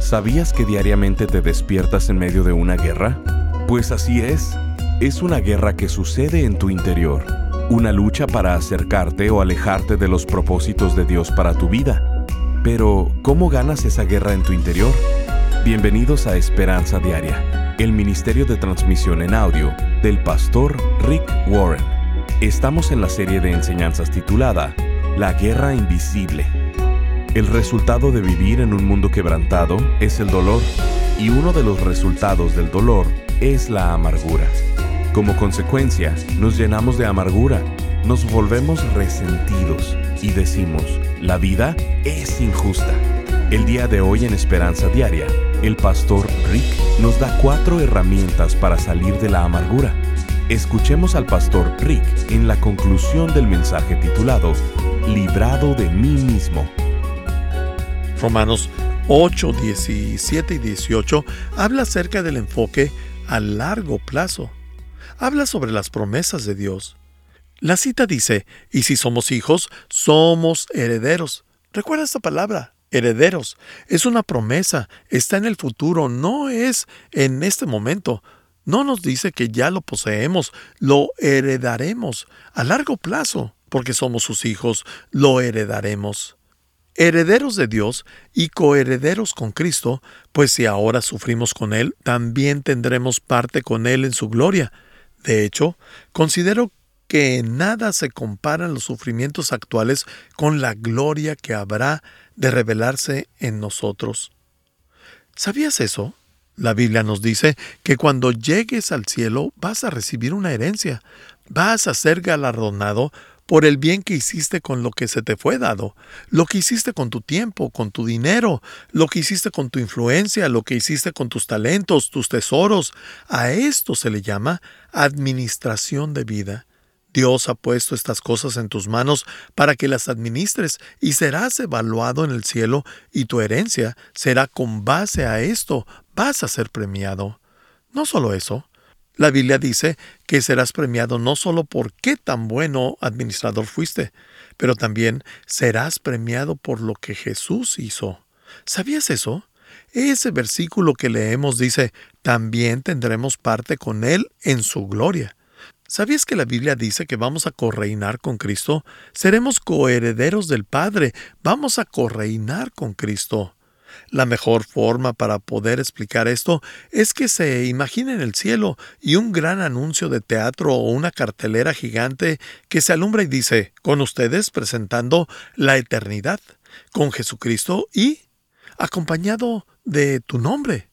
¿Sabías que diariamente te despiertas en medio de una guerra? Pues así es una guerra que sucede en tu interior, una lucha para acercarte o alejarte de los propósitos de Dios para tu vida. Pero, ¿cómo ganas esa guerra en tu interior? Bienvenidos a Esperanza Diaria, el ministerio de transmisión en audio del pastor Rick Warren. Estamos en la serie de enseñanzas titulada La Guerra Invisible. El resultado de vivir en un mundo quebrantado es el dolor, y uno de los resultados del dolor es la amargura. Como consecuencia, nos llenamos de amargura, nos volvemos resentidos y decimos, la vida es injusta. El día de hoy en Esperanza Diaria, el pastor Rick nos da 4 herramientas para salir de la amargura. Escuchemos al pastor Rick en la conclusión del mensaje titulado Librado de mí mismo. Romanos 8, 17 y 18 habla acerca del enfoque a largo plazo. Habla sobre las promesas de Dios. La cita dice, y si somos hijos, somos herederos. Recuerda esta palabra, herederos. Es una promesa, está en el futuro, no es en este momento. No nos dice que ya lo poseemos, lo heredaremos a largo plazo, porque somos sus hijos, lo heredaremos. Herederos de Dios y coherederos con Cristo, pues si ahora sufrimos con Él, también tendremos parte con Él en su gloria. De hecho, considero que en nada se comparan los sufrimientos actuales con la gloria que habrá de revelarse en nosotros. ¿Sabías eso? La Biblia nos dice que cuando llegues al cielo vas a recibir una herencia, vas a ser galardonado por el bien que hiciste con lo que se te fue dado, lo que hiciste con tu tiempo, con tu dinero, lo que hiciste con tu influencia, lo que hiciste con tus talentos, tus tesoros. A esto se le llama administración de vida. Dios ha puesto estas cosas en tus manos para que las administres y serás evaluado en el cielo y tu herencia será con base a esto, vas a ser premiado. No solo eso. La Biblia dice que serás premiado no solo por qué tan bueno administrador fuiste, pero también serás premiado por lo que Jesús hizo. ¿Sabías eso? Ese versículo que leemos dice, también tendremos parte con Él en su gloria. ¿Sabías que la Biblia dice que vamos a correinar con Cristo? Seremos coherederos del Padre, vamos a correinar con Cristo. La mejor forma para poder explicar esto es que se imaginen el cielo y un gran anuncio de teatro o una cartelera gigante que se alumbra y dice, con ustedes presentando la eternidad, con Jesucristo y acompañado de tu nombre.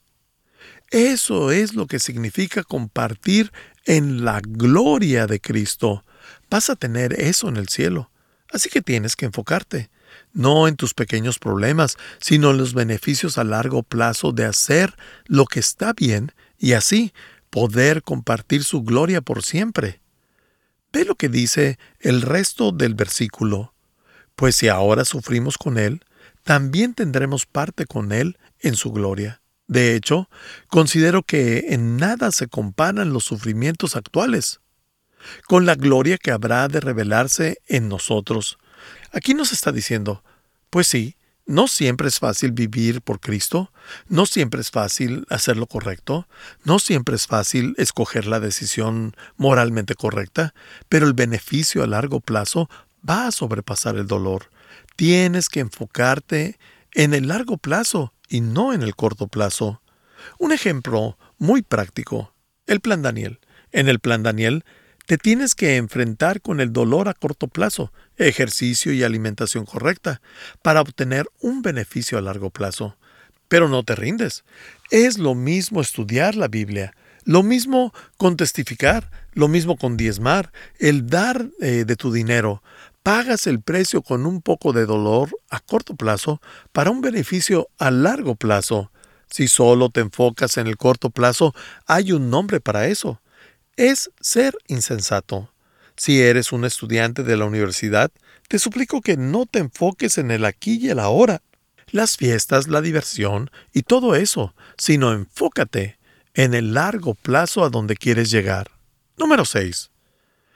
Eso es lo que significa compartir en la gloria de Cristo. Vas a tener eso en el cielo. Así que tienes que enfocarte, no en tus pequeños problemas, sino en los beneficios a largo plazo de hacer lo que está bien y así poder compartir su gloria por siempre. Ve lo que dice el resto del versículo. Pues si ahora sufrimos con Él, también tendremos parte con Él en su gloria. De hecho, considero que en nada se comparan los sufrimientos actuales con la gloria que habrá de revelarse en nosotros. Aquí nos está diciendo, pues sí, no siempre es fácil vivir por Cristo, no siempre es fácil hacer lo correcto, no siempre es fácil escoger la decisión moralmente correcta, pero el beneficio a largo plazo va a sobrepasar el dolor. Tienes que enfocarte en el largo plazo y no en el corto plazo. Un ejemplo muy práctico, el Plan Daniel. En el Plan Daniel, te tienes que enfrentar con el dolor a corto plazo, ejercicio y alimentación correcta, para obtener un beneficio a largo plazo. Pero no te rindes. Es lo mismo estudiar la Biblia, lo mismo con testificar, lo mismo con diezmar, el dar de tu dinero. Pagas el precio con un poco de dolor a corto plazo para un beneficio a largo plazo. Si solo te enfocas en el corto plazo, hay un nombre para eso. Es ser insensato. Si eres un estudiante de la universidad, te suplico que no te enfoques en el aquí y el ahora, las fiestas, la diversión y todo eso, sino enfócate en el largo plazo a donde quieres llegar. Número 6.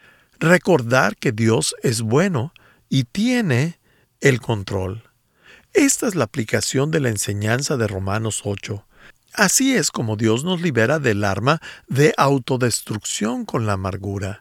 Recordar que Dios es bueno y tiene el control. Esta es la aplicación de la enseñanza de Romanos 8. Así es como Dios nos libera del arma de autodestrucción con la amargura.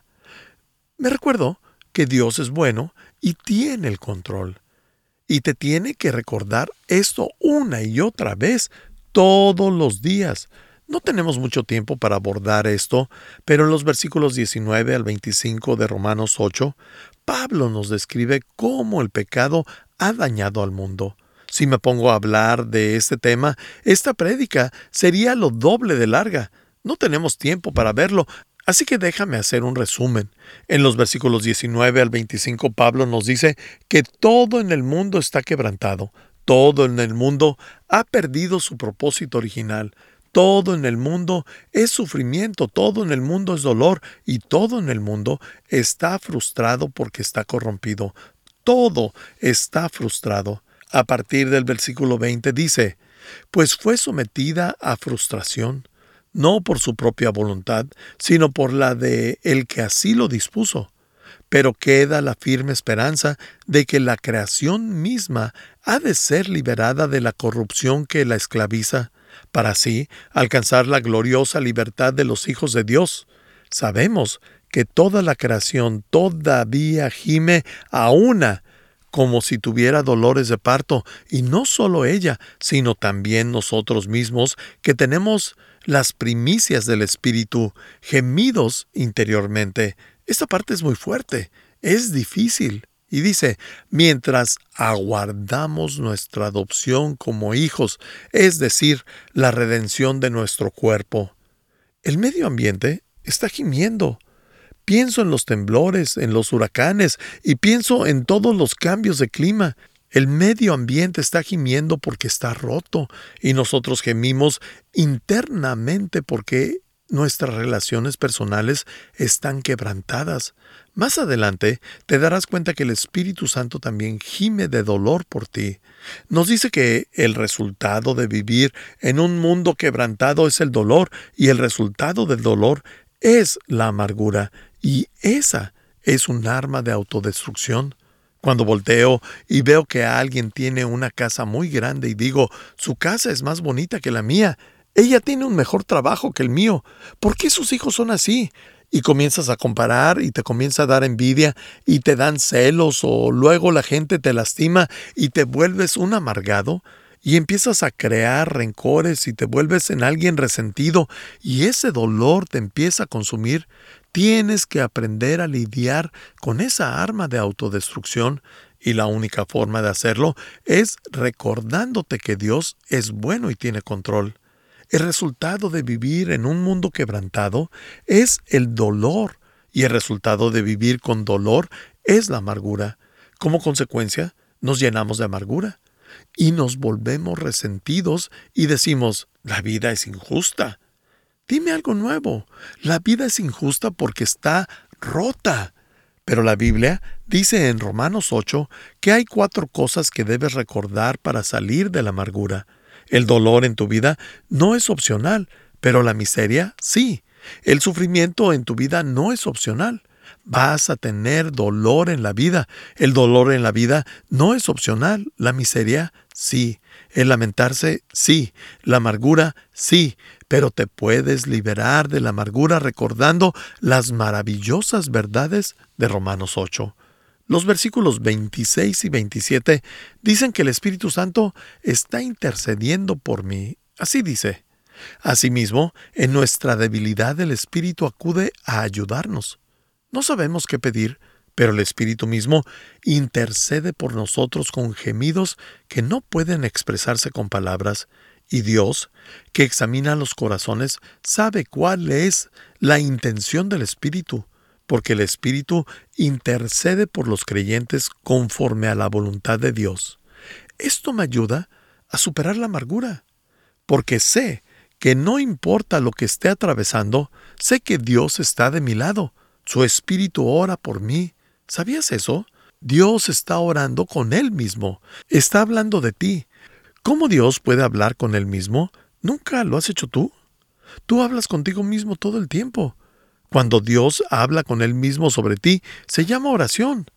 Me recuerdo que Dios es bueno y tiene el control. Y te tiene que recordar esto una y otra vez, todos los días. No tenemos mucho tiempo para abordar esto, pero en los versículos 19 al 25 de Romanos 8, Pablo nos describe cómo el pecado ha dañado al mundo. Si me pongo a hablar de este tema, esta prédica sería lo doble de larga. No tenemos tiempo para verlo, así que déjame hacer un resumen. En los versículos 19 al 25, Pablo nos dice que todo en el mundo está quebrantado. Todo en el mundo ha perdido su propósito original. Todo en el mundo es sufrimiento, todo en el mundo es dolor y todo en el mundo está frustrado porque está corrompido. Todo está frustrado. A partir del versículo 20 dice, pues fue sometida a frustración, no por su propia voluntad, sino por la de el que así lo dispuso. Pero queda la firme esperanza de que la creación misma ha de ser liberada de la corrupción que la esclaviza, para así alcanzar la gloriosa libertad de los hijos de Dios. Sabemos que toda la creación todavía gime a una, como si tuviera dolores de parto, y no solo ella, sino también nosotros mismos, que tenemos las primicias del Espíritu, gemidos interiormente. Esta parte es muy fuerte, es difícil. Y dice, mientras aguardamos nuestra adopción como hijos, es decir, la redención de nuestro cuerpo. El medio ambiente está gimiendo. Pienso en los temblores, en los huracanes y pienso en todos los cambios de clima. El medio ambiente está gimiendo porque está roto y nosotros gemimos internamente porque nuestras relaciones personales están quebrantadas. Más adelante te darás cuenta que el Espíritu Santo también gime de dolor por ti. Nos dice que el resultado de vivir en un mundo quebrantado es el dolor y el resultado del dolor es la amargura. Y esa es un arma de autodestrucción. Cuando volteo y veo que alguien tiene una casa muy grande y digo, su casa es más bonita que la mía, ella tiene un mejor trabajo que el mío, ¿por qué sus hijos son así? Y comienzas a comparar y te comienza a dar envidia y te dan celos o luego la gente te lastima y te vuelves un amargado y empiezas a crear rencores y te vuelves en alguien resentido y ese dolor te empieza a consumir. Tienes que aprender a lidiar con esa arma de autodestrucción y la única forma de hacerlo es recordándote que Dios es bueno y tiene control. El resultado de vivir en un mundo quebrantado es el dolor y el resultado de vivir con dolor es la amargura. Como consecuencia, nos llenamos de amargura y nos volvemos resentidos y decimos, la vida es injusta. Dime algo nuevo. La vida es injusta porque está rota. Pero la Biblia dice en Romanos 8 que hay 4 cosas que debes recordar para salir de la amargura. El dolor en tu vida no es opcional, pero la miseria sí. El sufrimiento en tu vida no es opcional. Vas a tener dolor en la vida. El dolor en la vida no es opcional. La miseria sí. El lamentarse sí. La amargura sí. Pero te puedes liberar de la amargura recordando las maravillosas verdades de Romanos 8. Los versículos 26 y 27 dicen que el Espíritu Santo está intercediendo por mí. Así dice. Asimismo, en nuestra debilidad el Espíritu acude a ayudarnos. No sabemos qué pedir, pero el Espíritu mismo intercede por nosotros con gemidos que no pueden expresarse con palabras. Y Dios, que examina los corazones, sabe cuál es la intención del Espíritu, porque el Espíritu intercede por los creyentes conforme a la voluntad de Dios. Esto me ayuda a superar la amargura, porque sé que no importa lo que esté atravesando, sé que Dios está de mi lado. Su Espíritu ora por mí. ¿Sabías eso? Dios está orando con Él mismo. Está hablando de ti. ¿Cómo Dios puede hablar con Él mismo? ¿Nunca lo has hecho tú? Tú hablas contigo mismo todo el tiempo. Cuando Dios habla con Él mismo sobre ti, se llama oración.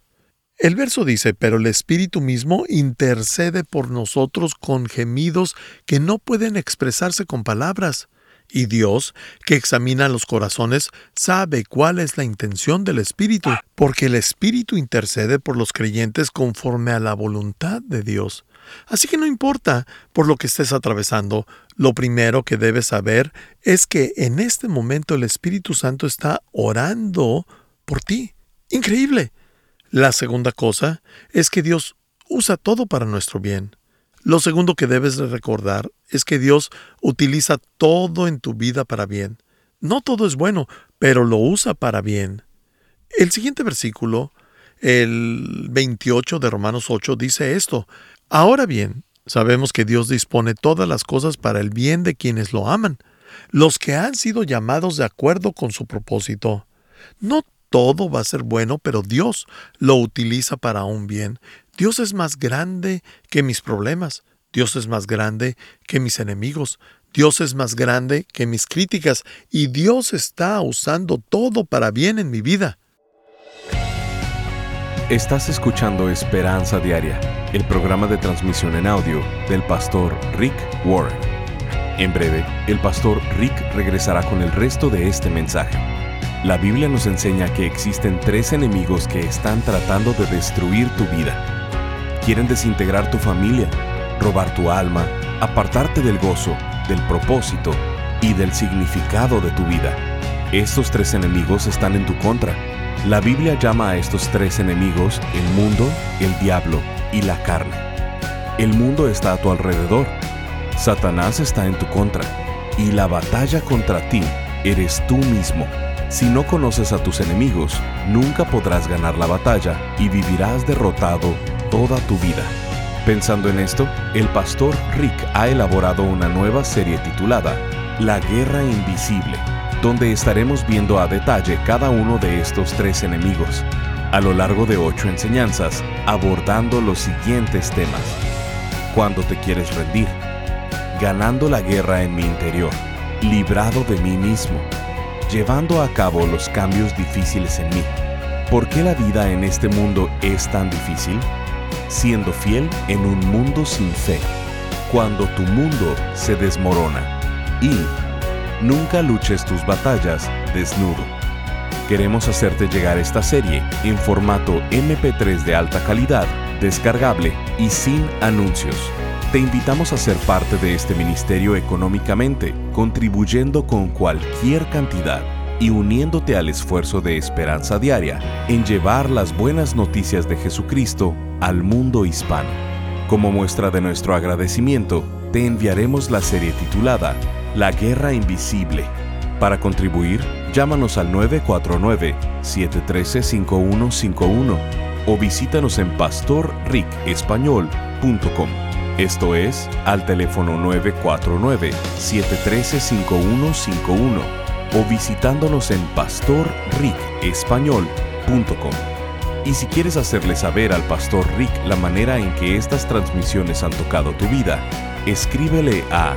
El verso dice, pero el Espíritu mismo intercede por nosotros con gemidos que no pueden expresarse con palabras. Y Dios, que examina los corazones, sabe cuál es la intención del Espíritu, porque el Espíritu intercede por los creyentes conforme a la voluntad de Dios. Así que no importa por lo que estés atravesando, lo primero que debes saber es que en este momento el Espíritu Santo está orando por ti. ¡Increíble! La segunda cosa es que Dios usa todo para nuestro bien. Lo segundo que debes de recordar es que Dios utiliza todo en tu vida para bien. No todo es bueno, pero lo usa para bien. El siguiente versículo, el 28 de Romanos 8, dice esto. Ahora bien, sabemos que Dios dispone todas las cosas para el bien de quienes lo aman, los que han sido llamados de acuerdo con su propósito. No todo va a ser bueno, pero Dios lo utiliza para un bien. Dios es más grande que mis problemas. Dios es más grande que mis enemigos. Dios es más grande que mis críticas. Y Dios está usando todo para bien en mi vida. Estás escuchando Esperanza Diaria, el programa de transmisión en audio del pastor Rick Warren. En breve, el pastor Rick regresará con el resto de este mensaje. La Biblia nos enseña que existen 3 enemigos que están tratando de destruir tu vida. Quieren desintegrar tu familia, robar tu alma, apartarte del gozo, del propósito y del significado de tu vida. Estos 3 enemigos están en tu contra. La Biblia llama a estos 3 enemigos el mundo, el diablo y la carne. El mundo está a tu alrededor. Satanás está en tu contra. Y la batalla contra ti eres tú mismo. Si no conoces a tus enemigos, nunca podrás ganar la batalla y vivirás derrotado toda tu vida. Pensando en esto, el pastor Rick ha elaborado una nueva serie titulada La Guerra Invisible, donde estaremos viendo a detalle cada uno de estos 3 enemigos, a lo largo de 8 enseñanzas, abordando los siguientes temas. Cuando te quieres rendir, ganando la guerra en mi interior, librado de mí mismo, llevando a cabo los cambios difíciles en mí. ¿Por qué la vida en este mundo es tan difícil? Siendo fiel en un mundo sin fe, cuando tu mundo se desmorona. Y nunca luches tus batallas desnudo. Queremos hacerte llegar esta serie en formato MP3 de alta calidad, descargable y sin anuncios. Te invitamos a ser parte de este ministerio económicamente, contribuyendo con cualquier cantidad y uniéndote al esfuerzo de Esperanza Diaria en llevar las buenas noticias de Jesucristo al mundo hispano. Como muestra de nuestro agradecimiento, te enviaremos la serie titulada La Guerra Invisible. Para contribuir, llámanos al 949-713-5151 o visítanos en pastorricespañol.com. Esto es, al teléfono 949-713-5151 o visitándonos en pastorricespañol.com. Y si quieres hacerle saber al pastor Rick la manera en que estas transmisiones han tocado tu vida, escríbele a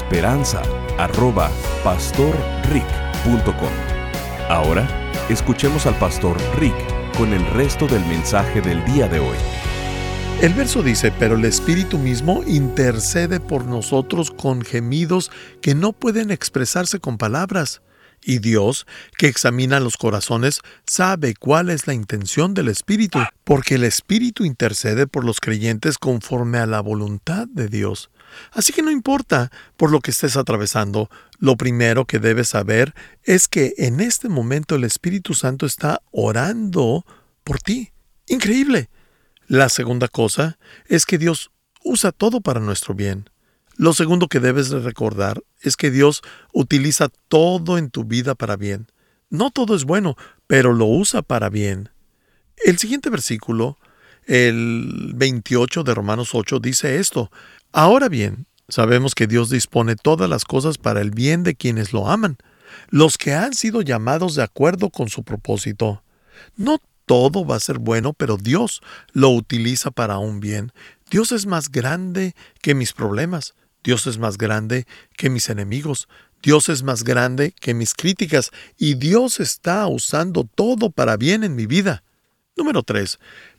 esperanza@pastorrick.com. Ahora, escuchemos al pastor Rick con el resto del mensaje del día de hoy. El verso dice, pero el Espíritu mismo intercede por nosotros con gemidos que no pueden expresarse con palabras. Y Dios, que examina los corazones, sabe cuál es la intención del Espíritu, porque el Espíritu intercede por los creyentes conforme a la voluntad de Dios. Así que no importa por lo que estés atravesando, lo primero que debes saber es que en este momento el Espíritu Santo está orando por ti. ¡Increíble! La segunda cosa es que Dios usa todo para nuestro bien. Lo segundo que debes de recordar es que Dios utiliza todo en tu vida para bien. No todo es bueno, pero lo usa para bien. El siguiente versículo, el 28 de Romanos 8, dice esto. Ahora bien, sabemos que Dios dispone todas las cosas para el bien de quienes lo aman, los que han sido llamados de acuerdo con su propósito. No todo va a ser bueno, pero Dios lo utiliza para un bien. Dios es más grande que mis problemas. Dios es más grande que mis enemigos. Dios es más grande que mis críticas. Y Dios está usando todo para bien en mi vida. Número 3.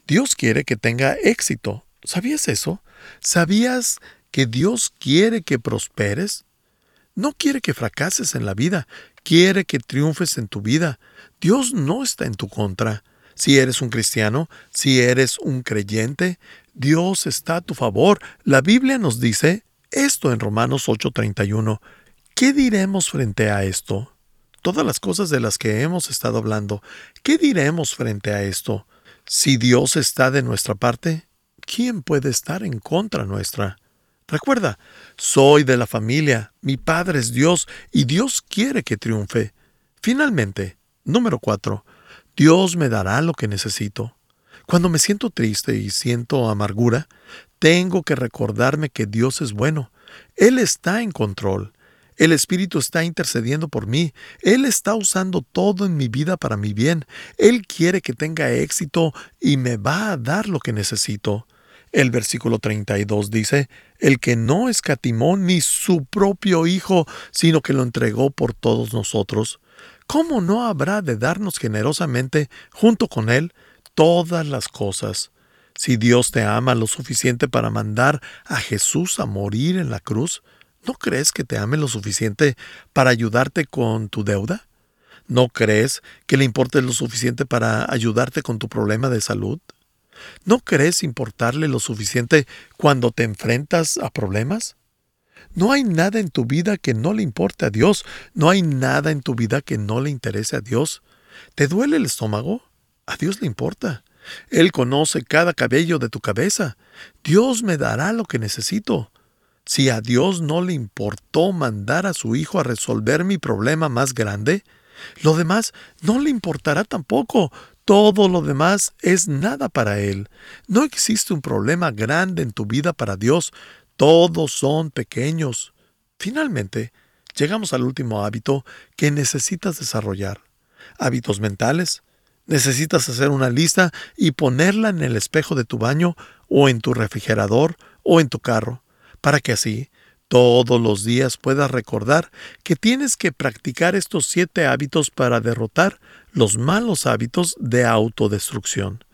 Dios quiere que tenga éxito. ¿Sabías eso? ¿Sabías que Dios quiere que prosperes? No quiere que fracases en la vida, quiere que triunfes en tu vida. Dios no está en tu contra. Si eres un cristiano, si eres un creyente, Dios está a tu favor. La Biblia nos dice esto en Romanos 8:31. ¿Qué diremos frente a esto? Todas las cosas de las que hemos estado hablando, ¿qué diremos frente a esto? Si Dios está de nuestra parte, ¿quién puede estar en contra nuestra? Recuerda, soy de la familia, mi Padre es Dios y Dios quiere que triunfe. Finalmente, número 4, Dios me dará lo que necesito. Cuando me siento triste y siento amargura, tengo que recordarme que Dios es bueno. Él está en control. El Espíritu está intercediendo por mí. Él está usando todo en mi vida para mi bien. Él quiere que tenga éxito y me va a dar lo que necesito. El versículo 32 dice, el que no escatimó ni su propio Hijo, sino que lo entregó por todos nosotros, ¿cómo no habrá de darnos generosamente, junto con Él, todas las cosas? Si Dios te ama lo suficiente para mandar a Jesús a morir en la cruz, ¿no crees que te ame lo suficiente para ayudarte con tu deuda? ¿No crees que le importe lo suficiente para ayudarte con tu problema de salud? ¿No crees importarle lo suficiente cuando te enfrentas a problemas? No hay nada en tu vida que no le importe a Dios. No hay nada en tu vida que no le interese a Dios. ¿Te duele el estómago? A Dios le importa. Él conoce cada cabello de tu cabeza. Dios me dará lo que necesito. Si a Dios no le importó mandar a su Hijo a resolver mi problema más grande, lo demás no le importará tampoco. Todo lo demás es nada para Él. No existe un problema grande en tu vida para Dios. Todos son pequeños. Finalmente, llegamos al último hábito que necesitas desarrollar. Hábitos mentales. Necesitas hacer una lista y ponerla en el espejo de tu baño o en tu refrigerador o en tu carro, para que así todos los días puedas recordar que tienes que practicar estos 7 hábitos para derrotar los malos hábitos de autodestrucción.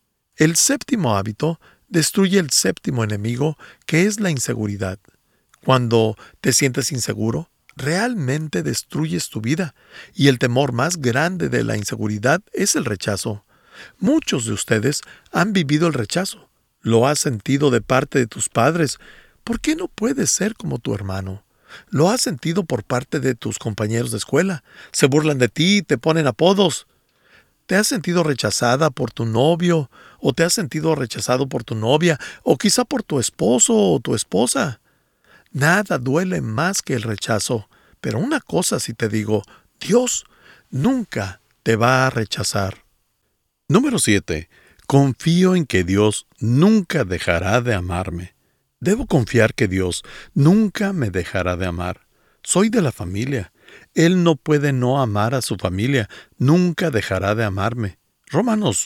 El 7º hábito destruye el 7º enemigo, que es la inseguridad. Cuando te sientes inseguro, realmente destruyes tu vida, y el temor más grande de la inseguridad es el rechazo. Muchos de ustedes han vivido el rechazo. Lo has sentido de parte de tus padres. ¿Por qué no puedes ser como tu hermano? Lo has sentido por parte de tus compañeros de escuela. Se burlan de ti, te ponen apodos. ¿Te has sentido rechazada por tu novio? ¿O te has sentido rechazado por tu novia? ¿O quizá por tu esposo o tu esposa? Nada duele más que el rechazo. Pero una cosa sí te digo, Dios nunca te va a rechazar. Número 7. Confío en que Dios nunca dejará de amarme. Debo confiar que Dios nunca me dejará de amar. Soy de la familia. Él no puede no amar a su familia. Nunca dejará de amarme. Romanos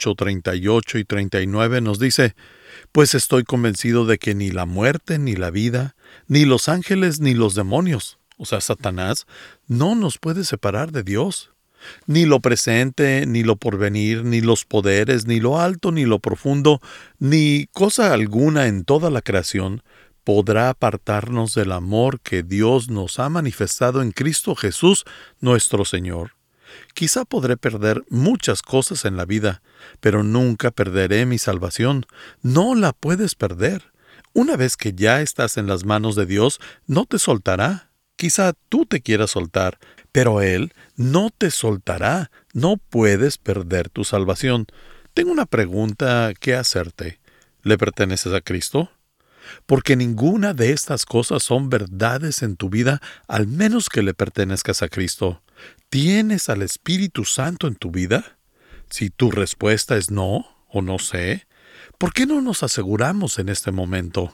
8:38 y 39 nos dice, pues estoy convencido de que ni la muerte, ni la vida, ni los ángeles, ni los demonios, o sea, Satanás, no nos puede separar de Dios. Ni lo presente, ni lo porvenir, ni los poderes, ni lo alto, ni lo profundo, ni cosa alguna en toda la creación podrá apartarnos del amor que Dios nos ha manifestado en Cristo Jesús, nuestro Señor. Quizá podré perder muchas cosas en la vida, pero nunca perderé mi salvación. No la puedes perder. Una vez que ya estás en las manos de Dios, no te soltará. Quizá tú te quieras soltar, pero Él no te soltará. No puedes perder tu salvación. Tengo una pregunta que hacerte. ¿Le perteneces a Cristo? Porque ninguna de estas cosas son verdades en tu vida, al menos que le pertenezcas a Cristo. ¿Tienes al Espíritu Santo en tu vida? Si tu respuesta es no, o no sé, ¿por qué no nos aseguramos en este momento?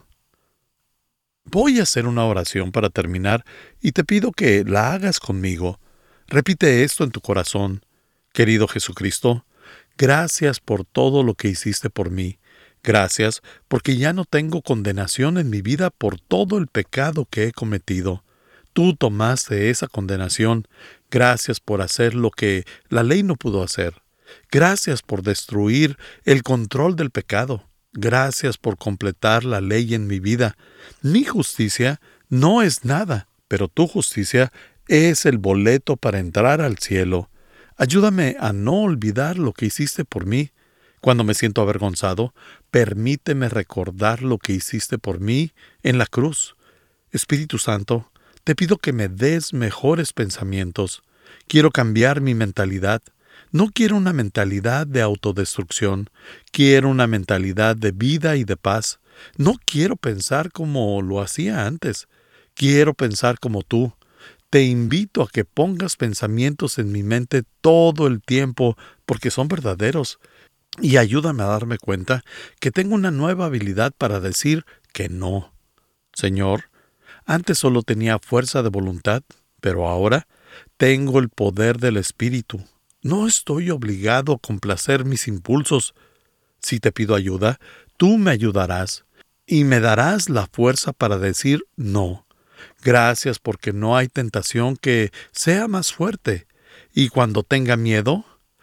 Voy a hacer una oración para terminar y te pido que la hagas conmigo. Repite esto en tu corazón. Querido Jesucristo, gracias por todo lo que hiciste por mí. Gracias porque ya no tengo condenación en mi vida por todo el pecado que he cometido. Tú tomaste esa condenación. Gracias por hacer lo que la ley no pudo hacer. Gracias por destruir el control del pecado. Gracias por completar la ley en mi vida. Mi justicia no es nada, pero tu justicia es el boleto para entrar al cielo. Ayúdame a no olvidar lo que hiciste por mí. Cuando me siento avergonzado, permíteme recordar lo que hiciste por mí en la cruz. Espíritu Santo, te pido que me des mejores pensamientos. Quiero cambiar mi mentalidad. No quiero una mentalidad de autodestrucción. Quiero una mentalidad de vida y de paz. No quiero pensar como lo hacía antes. Quiero pensar como tú. Te invito a que pongas pensamientos en mi mente todo el tiempo porque son verdaderos. Y ayúdame a darme cuenta que tengo una nueva habilidad para decir que no. Señor, antes solo tenía fuerza de voluntad, pero ahora tengo el poder del Espíritu. No estoy obligado a complacer mis impulsos. Si te pido ayuda, tú me ayudarás y me darás la fuerza para decir no. Gracias porque no hay tentación que sea más fuerte. Y cuando tenga miedo,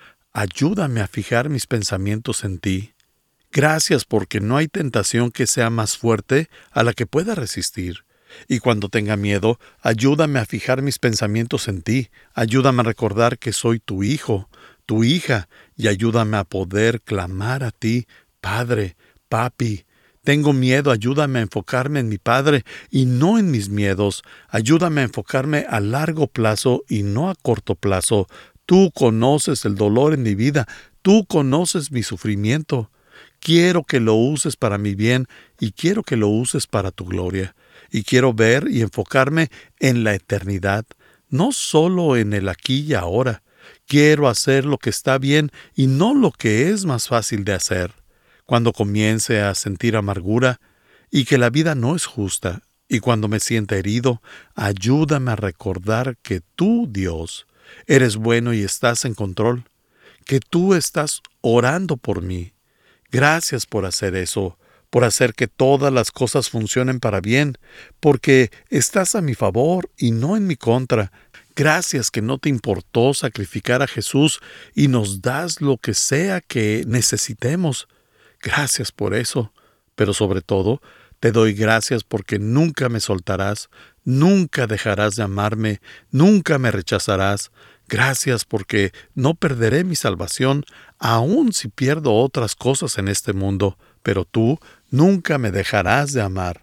ayúdame a fijar mis pensamientos en ti. Gracias porque no hay tentación que sea más fuerte a la que pueda resistir. Y cuando tenga miedo, ayúdame a fijar mis pensamientos en ti. Ayúdame a recordar que soy tu hijo, tu hija, y ayúdame a poder clamar a ti, Padre, Papi. Tengo miedo, ayúdame a enfocarme en mi Padre y no en mis miedos. Ayúdame a enfocarme a largo plazo y no a corto plazo. Tú conoces el dolor en mi vida. Tú conoces mi sufrimiento. Quiero que lo uses para mi bien y quiero que lo uses para tu gloria. Y quiero ver y enfocarme en la eternidad, no solo en el aquí y ahora. Quiero hacer lo que está bien y no lo que es más fácil de hacer. Cuando comience a sentir amargura y que la vida no es justa, y cuando me sienta herido, ayúdame a recordar que tú, Dios, eres bueno y estás en control, que tú estás orando por mí. Gracias por hacer eso, por hacer que todas las cosas funcionen para bien, porque estás a mi favor y no en mi contra. Gracias que no te importó sacrificar a Jesús y nos das lo que sea que necesitemos. Gracias por eso, pero sobre todo, te doy gracias porque nunca me soltarás, nunca dejarás de amarme, nunca me rechazarás. Gracias porque no perderé mi salvación, aun si pierdo otras cosas en este mundo, pero tú nunca me dejarás de amar.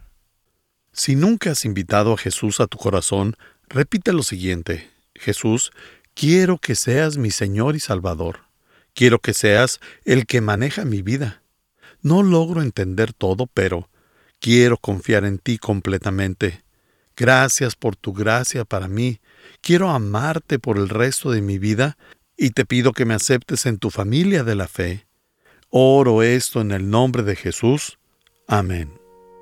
Si nunca has invitado a Jesús a tu corazón, repite lo siguiente: Jesús, quiero que seas mi Señor y Salvador. Quiero que seas el que maneja mi vida. No logro entender todo, pero quiero confiar en ti completamente. Gracias por tu gracia para mí. Quiero amarte por el resto de mi vida y te pido que me aceptes en tu familia de la fe. Oro esto en el nombre de Jesús. Amén.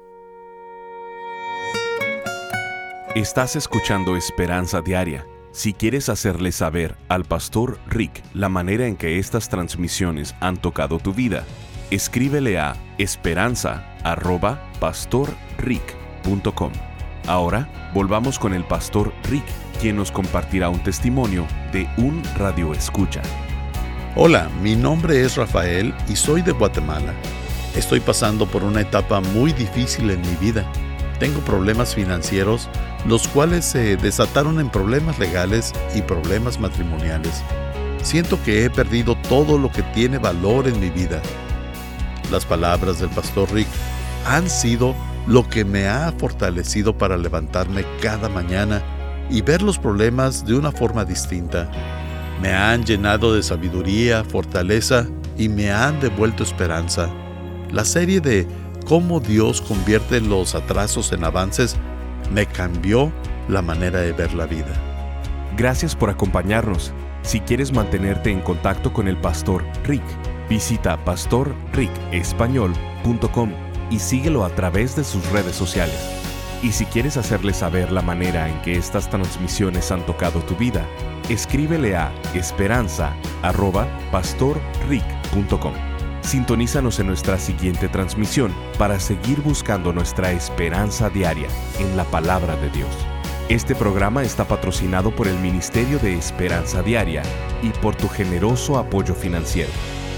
Estás escuchando Esperanza Diaria. Si quieres hacerle saber al Pastor Rick la manera en que estas transmisiones han tocado tu vida, escríbele a esperanza@pastorrick.com. Ahora, volvamos con el Pastor Rick, quien nos compartirá un testimonio de un radioescucha. Hola, mi nombre es Rafael y soy de Guatemala. Estoy pasando por una etapa muy difícil en mi vida. Tengo problemas financieros, los cuales se desataron en problemas legales y problemas matrimoniales. Siento que he perdido todo lo que tiene valor en mi vida. Las palabras del Pastor Rick han sido lo que me ha fortalecido para levantarme cada mañana y ver los problemas de una forma distinta. Me han llenado de sabiduría, fortaleza y me han devuelto esperanza. La serie de cómo Dios convierte los atrasos en avances me cambió la manera de ver la vida. Gracias por acompañarnos. Si quieres mantenerte en contacto con el Pastor Rick, visita pastorricespañol.com y síguelo a través de sus redes sociales. Y si quieres hacerle saber la manera en que estas transmisiones han tocado tu vida, escríbele a esperanza@pastorrick.com. Sintonízanos en nuestra siguiente transmisión para seguir buscando nuestra esperanza diaria en la palabra de Dios. Este programa está patrocinado por el Ministerio de Esperanza Diaria y por tu generoso apoyo financiero.